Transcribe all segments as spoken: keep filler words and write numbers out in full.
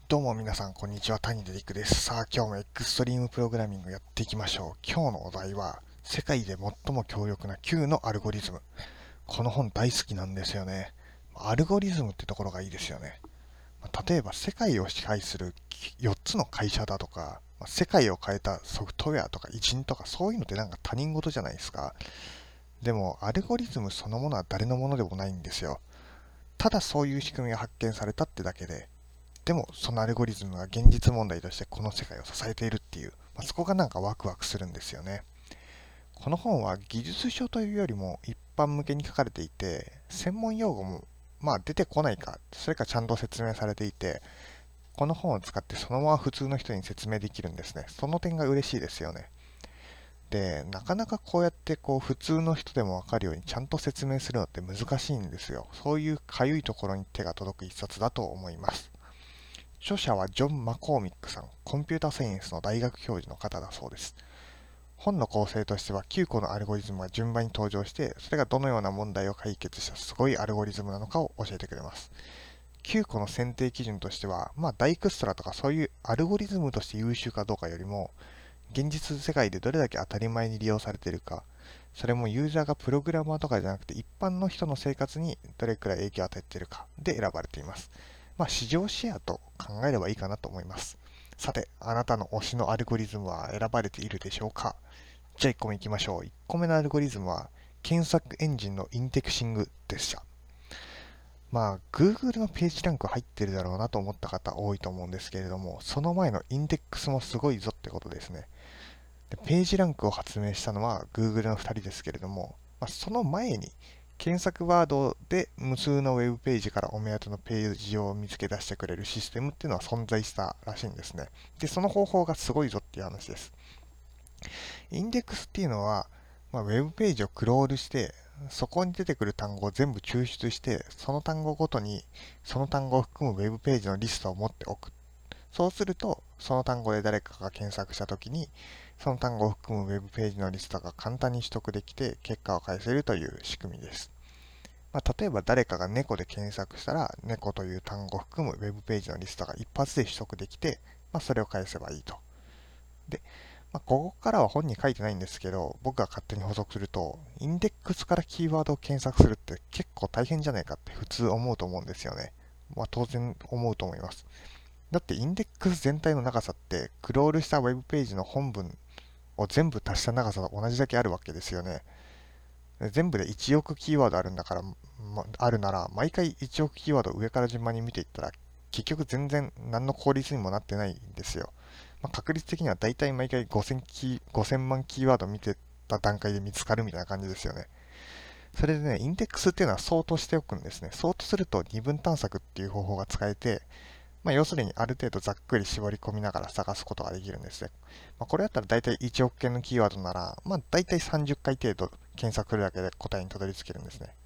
どうも皆さん、こんにちは。谷デリックです。さあ、今日もエクストリームプログラミングやっていきましょう。今日のお題は、世界で最も強力なきゅうのアルゴリズム。この本大好きなんですよね。アルゴリズムってところがいいですよね。例えば、世界を支配するよっつの会社だとか、世界を変えたソフトウェアとか偉人とか、そういうのってなんか他人事じゃないですか。でも、アルゴリズムそのものは誰のものでもないんですよ。ただそういう仕組みが発見されたってだけで、でもそのアルゴリズムが現実問題としてこの世界を支えているっていう、まあ、そこがなんかワクワクするんですよね。この本は技術書というよりも一般向けに書かれていて、専門用語もまあ出てこないか、それかちゃんと説明されていて、この本を使ってそのまま普通の人に説明できるんですね。その点が嬉しいですよね。で、なかなかこうやってこう普通の人でもわかるようにちゃんと説明するのって難しいんですよ。そういうかゆいところに手が届く一冊だと思います。著者はジョン・マコーミックさん、コンピュータサイエンスの大学教授の方だそうです。本の構成としてはきゅうこのアルゴリズムが順番に登場して、それがどのような問題を解決したすごいアルゴリズムなのかを教えてくれます。きゅうこの選定基準としては、まあダイクストラとかそういうアルゴリズムとして優秀かどうかよりも、現実世界でどれだけ当たり前に利用されているか、それもユーザーがプログラマーとかじゃなくて一般の人の生活にどれくらい影響を与えているかで選ばれています。まあ市場シェアと考えればいいかなと思います。さて、あなたの推しのアルゴリズムは選ばれているでしょうか？じゃあいっこめいきましょう。いっこめのアルゴリズムは検索エンジンのインデクシングでした。まあ、Google のページランク入ってるだろうなと思った方多いと思うんですけれども、その前のインデックスもすごいぞってことですね。でページランクを発明したのは Google のふたりですけれども、まあ、その前に検索ワードで無数のウェブページからお目当てのページを見つけ出してくれるシステムっていうのは存在したらしいんですね。で、その方法がすごいぞっていう話です。インデックスっていうのは、まあ、ウェブページをクロールして、そこに出てくる単語を全部抽出して、その単語ごとにその単語を含むウェブページのリストを持っておく。そうすると、その単語で誰かが検索したときに、その単語を含むウェブページのリストが簡単に取得できて、結果を返せるという仕組みです。まあ、例えば誰かが猫で検索したら、猫という単語を含むウェブページのリストが一発で取得できて、まあ、それを返せばいいと。で、まあ、ここからは本に書いてないんですけど、僕が勝手に補足すると、インデックスからキーワードを検索するって結構大変じゃないかって普通思うと思うんですよね。まあ、当然思うと思います。だってインデックス全体の長さってクロールしたウェブページの本文を全部足した長さと同じだけあるわけですよね。全部でいちおくキーワードあるんだから、ま、あるなら毎回いちおくキーワードを上から順番に見ていったら結局全然何の効率にもなってないんですよ。まあ、確率的にはだいたい毎回ごせんキー、ごせんまんキーワード見てた段階で見つかるみたいな感じですよね。それでね、インデックスっていうのはソートしておくんですね。ソートすると二分探索っていう方法が使えて、まあ、要するにある程度ざっくり絞り込みながら探すことができるんですね。まあ、これだったら大体いちおく件のキーワードなら、まあ、大体さんじゅっかい程度検索するだけで答えにたどり着けるんですね。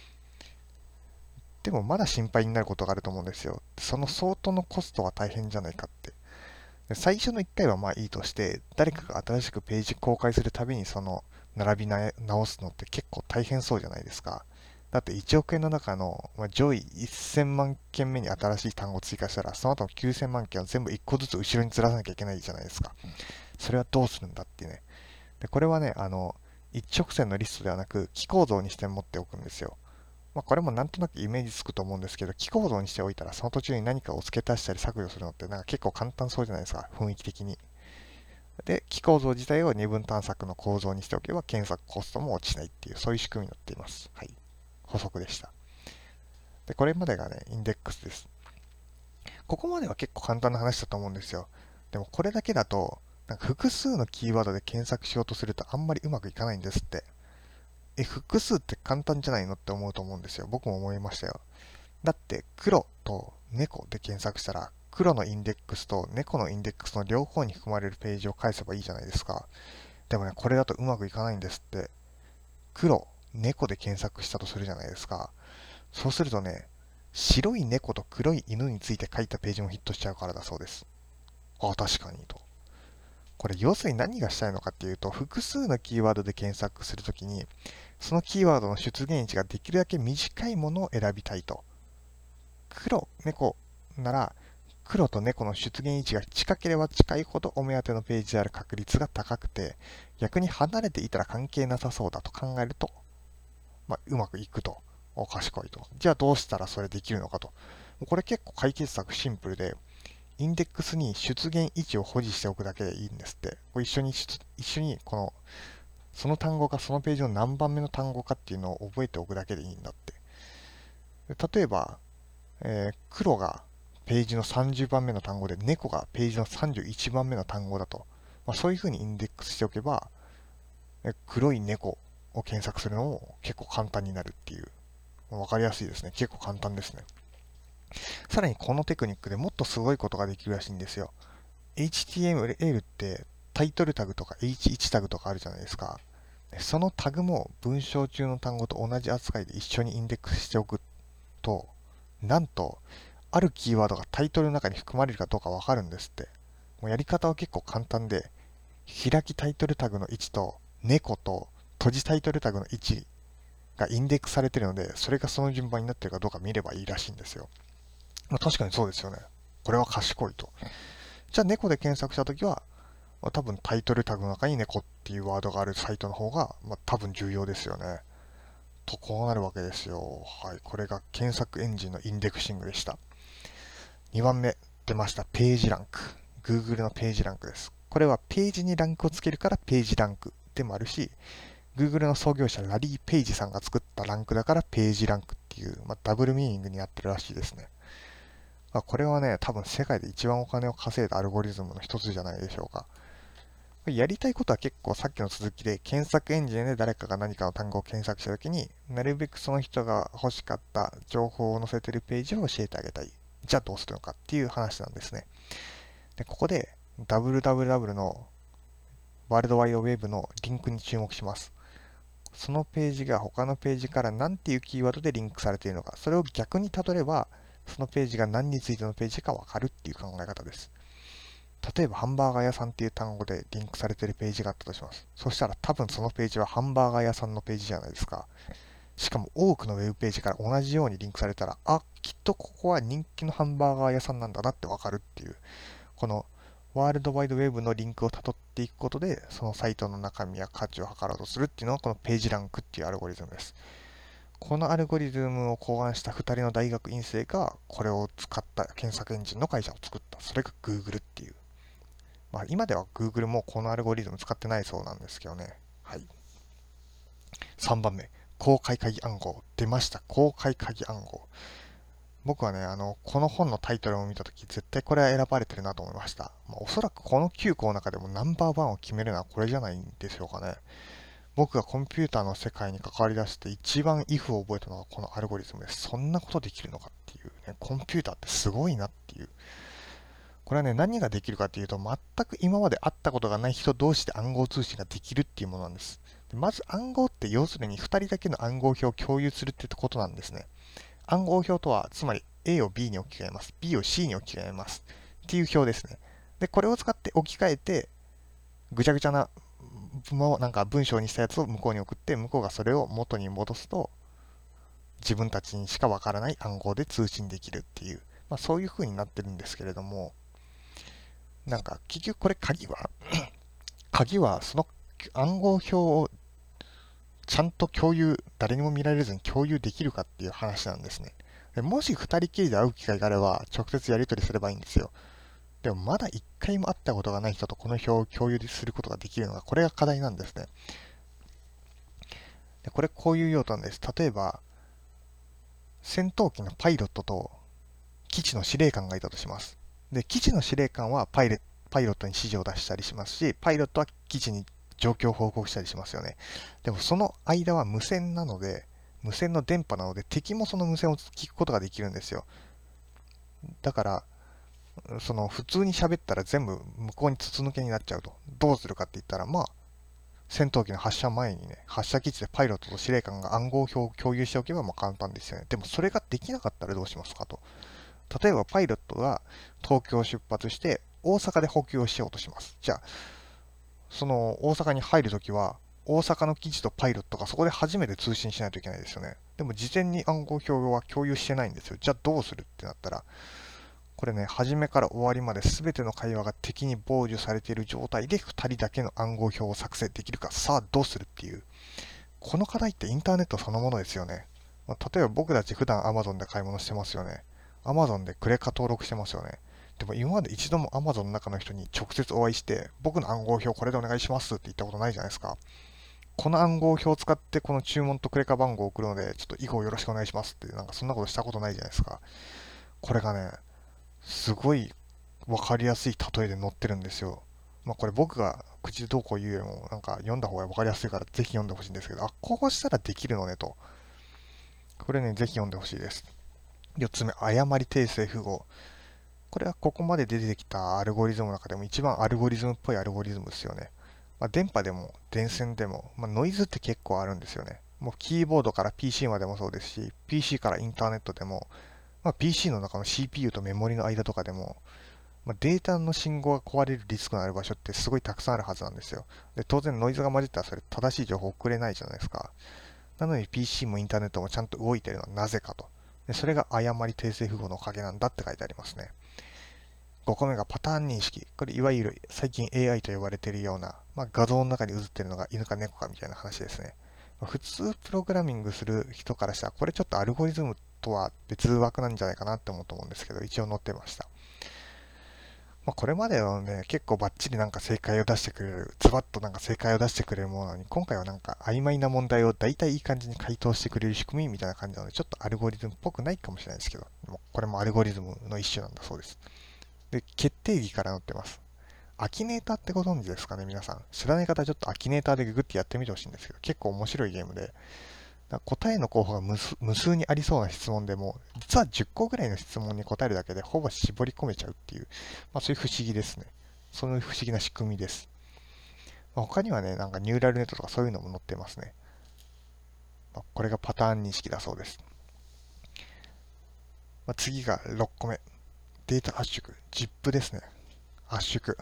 でもまだ心配になることがあると思うんですよ。その相当のコストは大変じゃないかって。最初のいっかいはまあいいとして、誰かが新しくページ公開するたびにその並び直すのって結構大変そうじゃないですか。だっていちおく件の中の、まあ、上位せんまん件目に新しい単語を追加したら、その後のきゅうせんまん件を全部いっこずつ後ろにずらさなきゃいけないじゃないですか。それはどうするんだっていうね。で、これはね、あの、一直線のリストではなく、記構造にして持っておくんですよ。まあ、これもなんとなくイメージつくと思うんですけど、記構造にしておいたら、その途中に何かを付け足したり削除するのってなんか結構簡単そうじゃないですか、雰囲気的に。で、記構造自体を二分探索の構造にしておけば、検索コストも落ちないっていう、そういう仕組みになっています。はい。補足でした。で、これまでがね、インデックスです。ここまでは結構簡単な話だと思うんですよ。でもこれだけだと、なんか複数のキーワードで検索しようとするとあんまりうまくいかないんですって。え、複数って簡単じゃないのって思うと思うんですよ。僕も思いましたよ。だって黒と猫で検索したら、黒のインデックスと猫のインデックスの両方に含まれるページを返せばいいじゃないですか。でもね、これだとうまくいかないんですって。黒、猫で検索したとするじゃないですか。そうするとね、白い猫と黒い犬について書いたページもヒットしちゃうからだそうです。ああ、確かにと。これ要するに何がしたいのかっていうと、複数のキーワードで検索するときに、そのキーワードの出現位置ができるだけ短いものを選びたいと。黒、猫なら黒と猫の出現位置が近ければ近いほどお目当てのページである確率が高くて、逆に離れていたら関係なさそうだと考えると、まあ、うまくいくと。お、賢いと。じゃあどうしたらそれできるのかと。これ結構解決策シンプルで、インデックスに出現位置を保持しておくだけでいいんですって。これ一緒に、一緒にこの、その単語がそのページの何番目の単語かっていうのを覚えておくだけでいいんだって。例えば、えー黒がページのさんじゅうばんめの単語で、猫がページのさんじゅういちばんめの単語だと。まあ、そういう風にインデックスしておけば、え黒い猫を検索するのも結構簡単になるっていう。わかりやすいですね。結構簡単ですね。さらにこのテクニックでもっとすごいことができるらしいんですよ。エイチティーエムエル ってタイトルタグとか エイチワン タグとかあるじゃないですか。そのタグも文章中の単語と同じ扱いで一緒にインデックスしておくと、なんと、あるキーワードがタイトルの中に含まれるかどうかわかるんですって。もうやり方は結構簡単で、開きタイトルタグの位置と猫と閉じタイトルタグの位置がインデックスされているので、それがその順番になっているかどうか見ればいいらしいんですよ。まあ、確かにそうですよね。これは賢いと。じゃあ猫で検索したときは、まあ、多分タイトルタグの中に猫っていうワードがあるサイトの方が、まあ、多分重要ですよね。と、こうなるわけですよ。はい。これが検索エンジンのインデクシングでした。にばんめ、出ました。ページランク。Google のページランクです。これはページにランクをつけるからページランクでもあるし、Google の創業者ラリー・ペイジさんが作ったランクだからページランクっていう、まあ、ダブルミーニングになってるらしいですね。まあ、これはね、多分世界で一番お金を稼いだアルゴリズムの一つじゃないでしょうか。やりたいことは結構さっきの続きで、検索エンジンで誰かが何かの単語を検索したときに、なるべくその人が欲しかった情報を載せているページを教えてあげたい。じゃあどうするのかっていう話なんですね。で、ここで ダブリューダブリューダブリュー のワールドワイドウェブのリンクに注目します。そのページが他のページから何ていうキーワードでリンクされているのか、それを逆にたどれば、そのページが何についてのページかわかるっていう考え方です。例えばハンバーガー屋さんっていう単語でリンクされているページがあったとします。そしたら多分そのページはハンバーガー屋さんのページじゃないですか。しかも多くのウェブページから同じようにリンクされたら、あ、きっとここは人気のハンバーガー屋さんなんだなってわかるっていう、このワールドワイドウェブのリンクを辿っていくことで、そのサイトの中身や価値を測ろうとするっていうのがこのページランクっていうアルゴリズムです。このアルゴリズムを考案したふたりの大学院生がこれを使った検索エンジンの会社を作った。それが Google っていう。まあ今では Google もこのアルゴリズム使ってないそうなんですけどね。はい。さんばんめ。公開鍵暗号。出ました。公開鍵暗号。僕はね、あの、この本のタイトルを見たとき、絶対これは選ばれてるなと思いました。まあ、おそらくこのきゅうこの中でもナンバーワンを決めるのはこれじゃないんでしょうかね。僕がコンピューターの世界に関わり出して一番 イフ を覚えたのがこのアルゴリズムです。そんなことできるのかっていうね、コンピューターってすごいなっていう。これはね、何ができるかっていうと、全く今まで会ったことがない人同士で暗号通信ができるっていうものなんです。でまず暗号って要するにふたりだけの暗号表を共有するってことなんですね。暗号表とは、つまり A を B に置き換えます。B を C に置き換えます。っていう表ですね。で、これを使って置き換えて、ぐちゃぐちゃな、なんか文章にしたやつを向こうに送って、向こうがそれを元に戻すと、自分たちにしかわからない暗号で通信できるっていう、まあそういう風になってるんですけれども、なんか結局これ鍵は鍵はその暗号表をちゃんと共有、誰にも見られずに共有できるかっていう話なんですね。でもし二人きりで会う機会があれば、直接やり取りすればいいんですよ。でもまだ一回も会ったことがない人とこの表を共有することができるのが、これが課題なんですね。でこれこういう用途なんです。例えば、戦闘機のパイロットと基地の司令官がいたとします。で、基地の司令官はパイレパイロットに指示を出したりしますし、パイロットは基地に状況を報告したりしますよね。でもその間は無線なので、無線の電波なので、敵もその無線を聞くことができるんですよ。だから、その普通に喋ったら全部向こうに筒抜けになっちゃうと。どうするかって言ったら、まあ、戦闘機の発射前にね、発射基地でパイロットと司令官が暗号表を共有しておけばまあ簡単ですよね。でもそれができなかったらどうしますかと。例えばパイロットが東京を出発して大阪で補給をしようとします。じゃあ、その大阪に入るときは、大阪の基地とパイロットがそこで初めて通信しないといけないですよね。でも事前に暗号表は共有してないんですよ。じゃあどうするってなったら、 これね、初めから終わりまで全ての会話が敵に傍受されている状態でふたりだけの暗号表を作成できるか、さあどうするっていう。この課題ってインターネットそのものですよね。まあ、例えば僕たち普段 Amazon で買い物してますよね。Amazon でクレカ登録してますよね。でも今まで一度も Amazon の中の人に直接お会いして、僕の暗号表これでお願いしますって言ったことないじゃないですか。この暗号表を使ってこの注文とクレカ番号を送るので、ちょっと以後よろしくお願いしますって、なんかそんなことしたことないじゃないですか。これがね、すごいわかりやすい例えで載ってるんですよ。まあこれ僕が口でどうこう言うよりも、なんか読んだ方がわかりやすいからぜひ読んでほしいんですけど、あ、こうしたらできるのねと。これね、ぜひ読んでほしいです。よっつめ、誤り訂正符号。これはここまで出てきたアルゴリズムの中でも一番アルゴリズムっぽいアルゴリズムですよね。まあ、電波でも電線でも、まあ、ノイズって結構あるんですよね。もうキーボードから ピーシー までもそうですし、ピーシー からインターネットでも、まあ、ピーシー の中の シーピーユー とメモリの間とかでも、まあ、データの信号が壊れるリスクのある場所ってすごいたくさんあるはずなんですよ。で、当然ノイズが混じったらそれ正しい情報を送れないじゃないですか。なのに ピーシー もインターネットもちゃんと動いているのはなぜかと。で、それが誤り訂正符号のおかげなんだって書いてありますね。ごこめがパターン認識。これいわゆる最近 エーアイ と呼ばれているような、まあ、画像の中に映っているのが犬か猫かみたいな話ですね。まあ、普通プログラミングする人からしたら、これちょっとアルゴリズムとは別枠なんじゃないかなって思うと思うんですけど、一応載ってました。まあ、これまではね、結構バッチリなんか正解を出してくれる、ズバッとなんか正解を出してくれるものなのに、今回はなんか曖昧な問題を大体いい感じに回答してくれる仕組みみたいな感じなので、ちょっとアルゴリズムっぽくないかもしれないですけど、でもこれもアルゴリズムの一種なんだそうです。で、決定義から載ってます。アキネーターってご存知ですかね、皆さん。知らない方はちょっとアキネーターでググってやってみてほしいんですけど、結構面白いゲームで、答えの候補が無数無数にありそうな質問でも、実はじゅっこぐらいの質問に答えるだけでほぼ絞り込めちゃうっていう、まあそういう不思議ですね。その不思議な仕組みです。まあ、他にはね、なんかニューラルネットとかそういうのも載ってますね。まあ、これがパターン認識だそうです。まあ、次がろっこめ。データ圧縮。ジップ ですね。圧縮。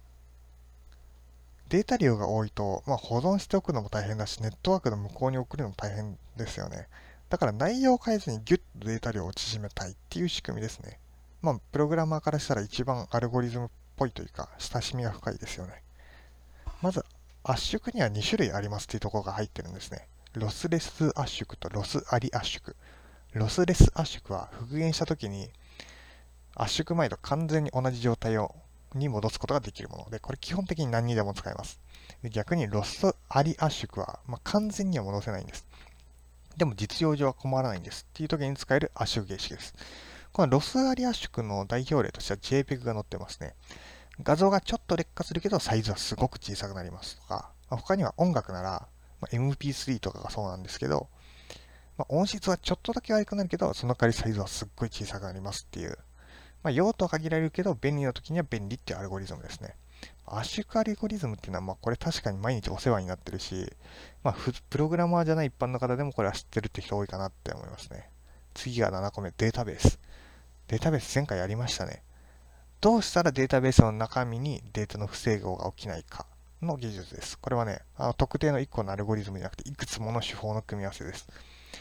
データ量が多いと、まあ、保存しておくのも大変だし、ネットワークの向こうに送るのも大変ですよね。だから内容を変えずにギュッとデータ量を縮めたいっていう仕組みですね。まあ、プログラマーからしたら一番アルゴリズムっぽいというか、親しみが深いですよね。まず、圧縮にはに種類ありますっていうところが入ってるんですね。ロスレス圧縮とロスあり圧縮。ロスレス圧縮は復元した時に圧縮前と完全に同じ状態をに戻すことができるもので、これ基本的に何にでも使えます。で逆にロスあり圧縮は、まあ、完全には戻せないんです。でも実用上は困らないんですっていう時に使える圧縮形式です。このロスあり圧縮の代表例としては ジェイペグ が載ってますね。画像がちょっと劣化するけどサイズはすごく小さくなりますとか、まあ、他には音楽なら、まあ、エムピースリー とかがそうなんですけど、まあ、音質はちょっとだけ悪くなるけど、その代わりサイズはすっごい小さくなりますっていう、まあ、用途は限られるけど、便利な時には便利っていうアルゴリズムですね。圧縮アルゴリズムっていうのは、まあ、これ確かに毎日お世話になってるし、まあ、プログラマーじゃない一般の方でもこれは知ってるって人多いかなって思いますね。次がななこめ、データベース。データベース前回やりましたね。どうしたらデータベースの中身にデータの不整合が起きないかの技術です。これはね、あの特定のいっこのアルゴリズムじゃなくて、いくつもの手法の組み合わせです。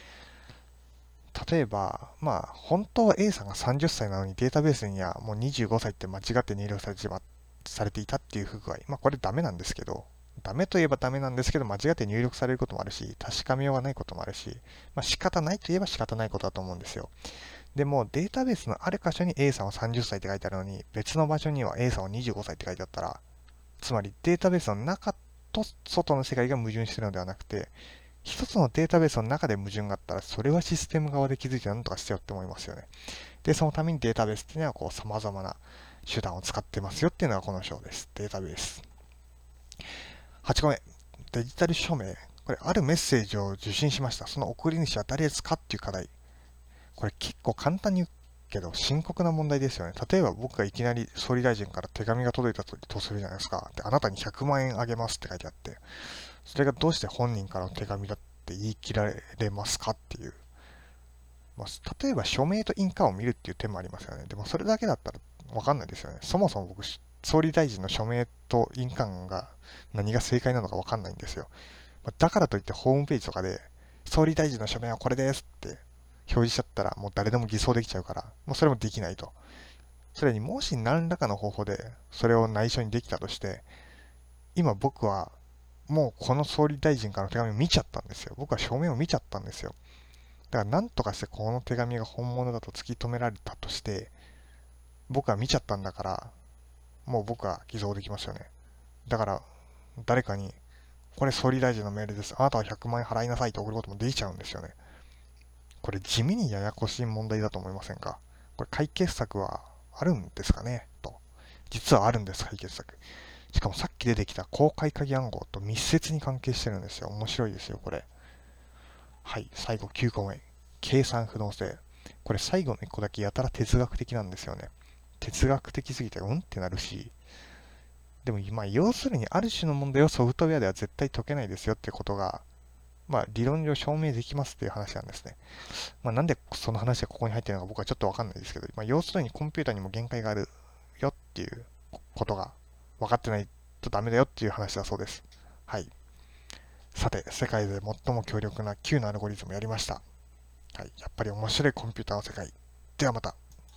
例えば、まあ、本当は A さんがさんじゅっさいなのにデータベースにはもうにじゅうごさいって間違って入力されてしまされていたっていう不具合。まあ、これダメなんですけど、ダメといえばダメなんですけど、間違って入力されることもあるし、確かめようがないこともあるし、まあ、仕方ないといえば仕方ないことだと思うんですよ。でも、データベースのある箇所に A さんはさんじゅっさいって書いてあるのに、別の場所には A さんはにじゅうごさいって書いてあったら、つまりデータベースの中と外の世界が矛盾しているのではなくて、一つのデータベースの中で矛盾があったら、それはシステム側で気づいて何とかしてよって思いますよね。で、そのためにデータベースっていうのは、こう、様々な手段を使ってますよっていうのがこの章です。データベース。はちこめ。デジタル署名。これ、あるメッセージを受信しました。その送り主は誰ですかっていう課題。これ結構簡単に言うけど、深刻な問題ですよね。例えば僕がいきなり総理大臣から手紙が届いたとするじゃないですか。で、あなたにひゃくまん円あげますって書いてあって、それがどうして本人からの手紙だって言い切られますかっていう。まあ、例えば署名と印鑑を見るっていう手もありますよね。でもそれだけだったらわかんないですよね。そもそも僕、総理大臣の署名と印鑑が何が正解なのかわかんないんですよ。だからといってホームページとかで、総理大臣の署名はこれですって表示しちゃったらもう誰でも偽装できちゃうから、もうそれもできないと。 それにもし何らかの方法でそれを内緒にできたとして、今僕はもうこの総理大臣からの手紙を見ちゃったんですよ。僕は書面を見ちゃったんですよ。だから何とかしてこの手紙が本物だと突き止められたとして、僕は見ちゃったんだから、もう僕は偽造できますよね。だから誰かに、これ総理大臣のメールです。あなたはひゃくまん円払いなさいと送ることもできちゃうんですよね。これ地味にややこしい問題だと思いませんか？これ解決策はあるんですかねと。実はあるんです、解決策。しかもさっき出てきた公開鍵暗号と密接に関係してるんですよ。面白いですよ、これ。はい、最後きゅうこめ。計算不能性。これ最後のいっこだけやたら哲学的なんですよね。哲学的すぎてうんってなるし、でもまあ要するにある種の問題をソフトウェアでは絶対解けないですよってことが、まあ理論上証明できますっていう話なんですね。まあなんでその話がここに入ってるのか僕はちょっとわかんないですけど、まあ要するにコンピューターにも限界があるよっていうことが分かってないとダメだよっていう話だそうです。はい。さて、世界で最も強力な Q のアルゴリズムやりました。はい。やっぱり面白いコンピューターの世界。ではまた。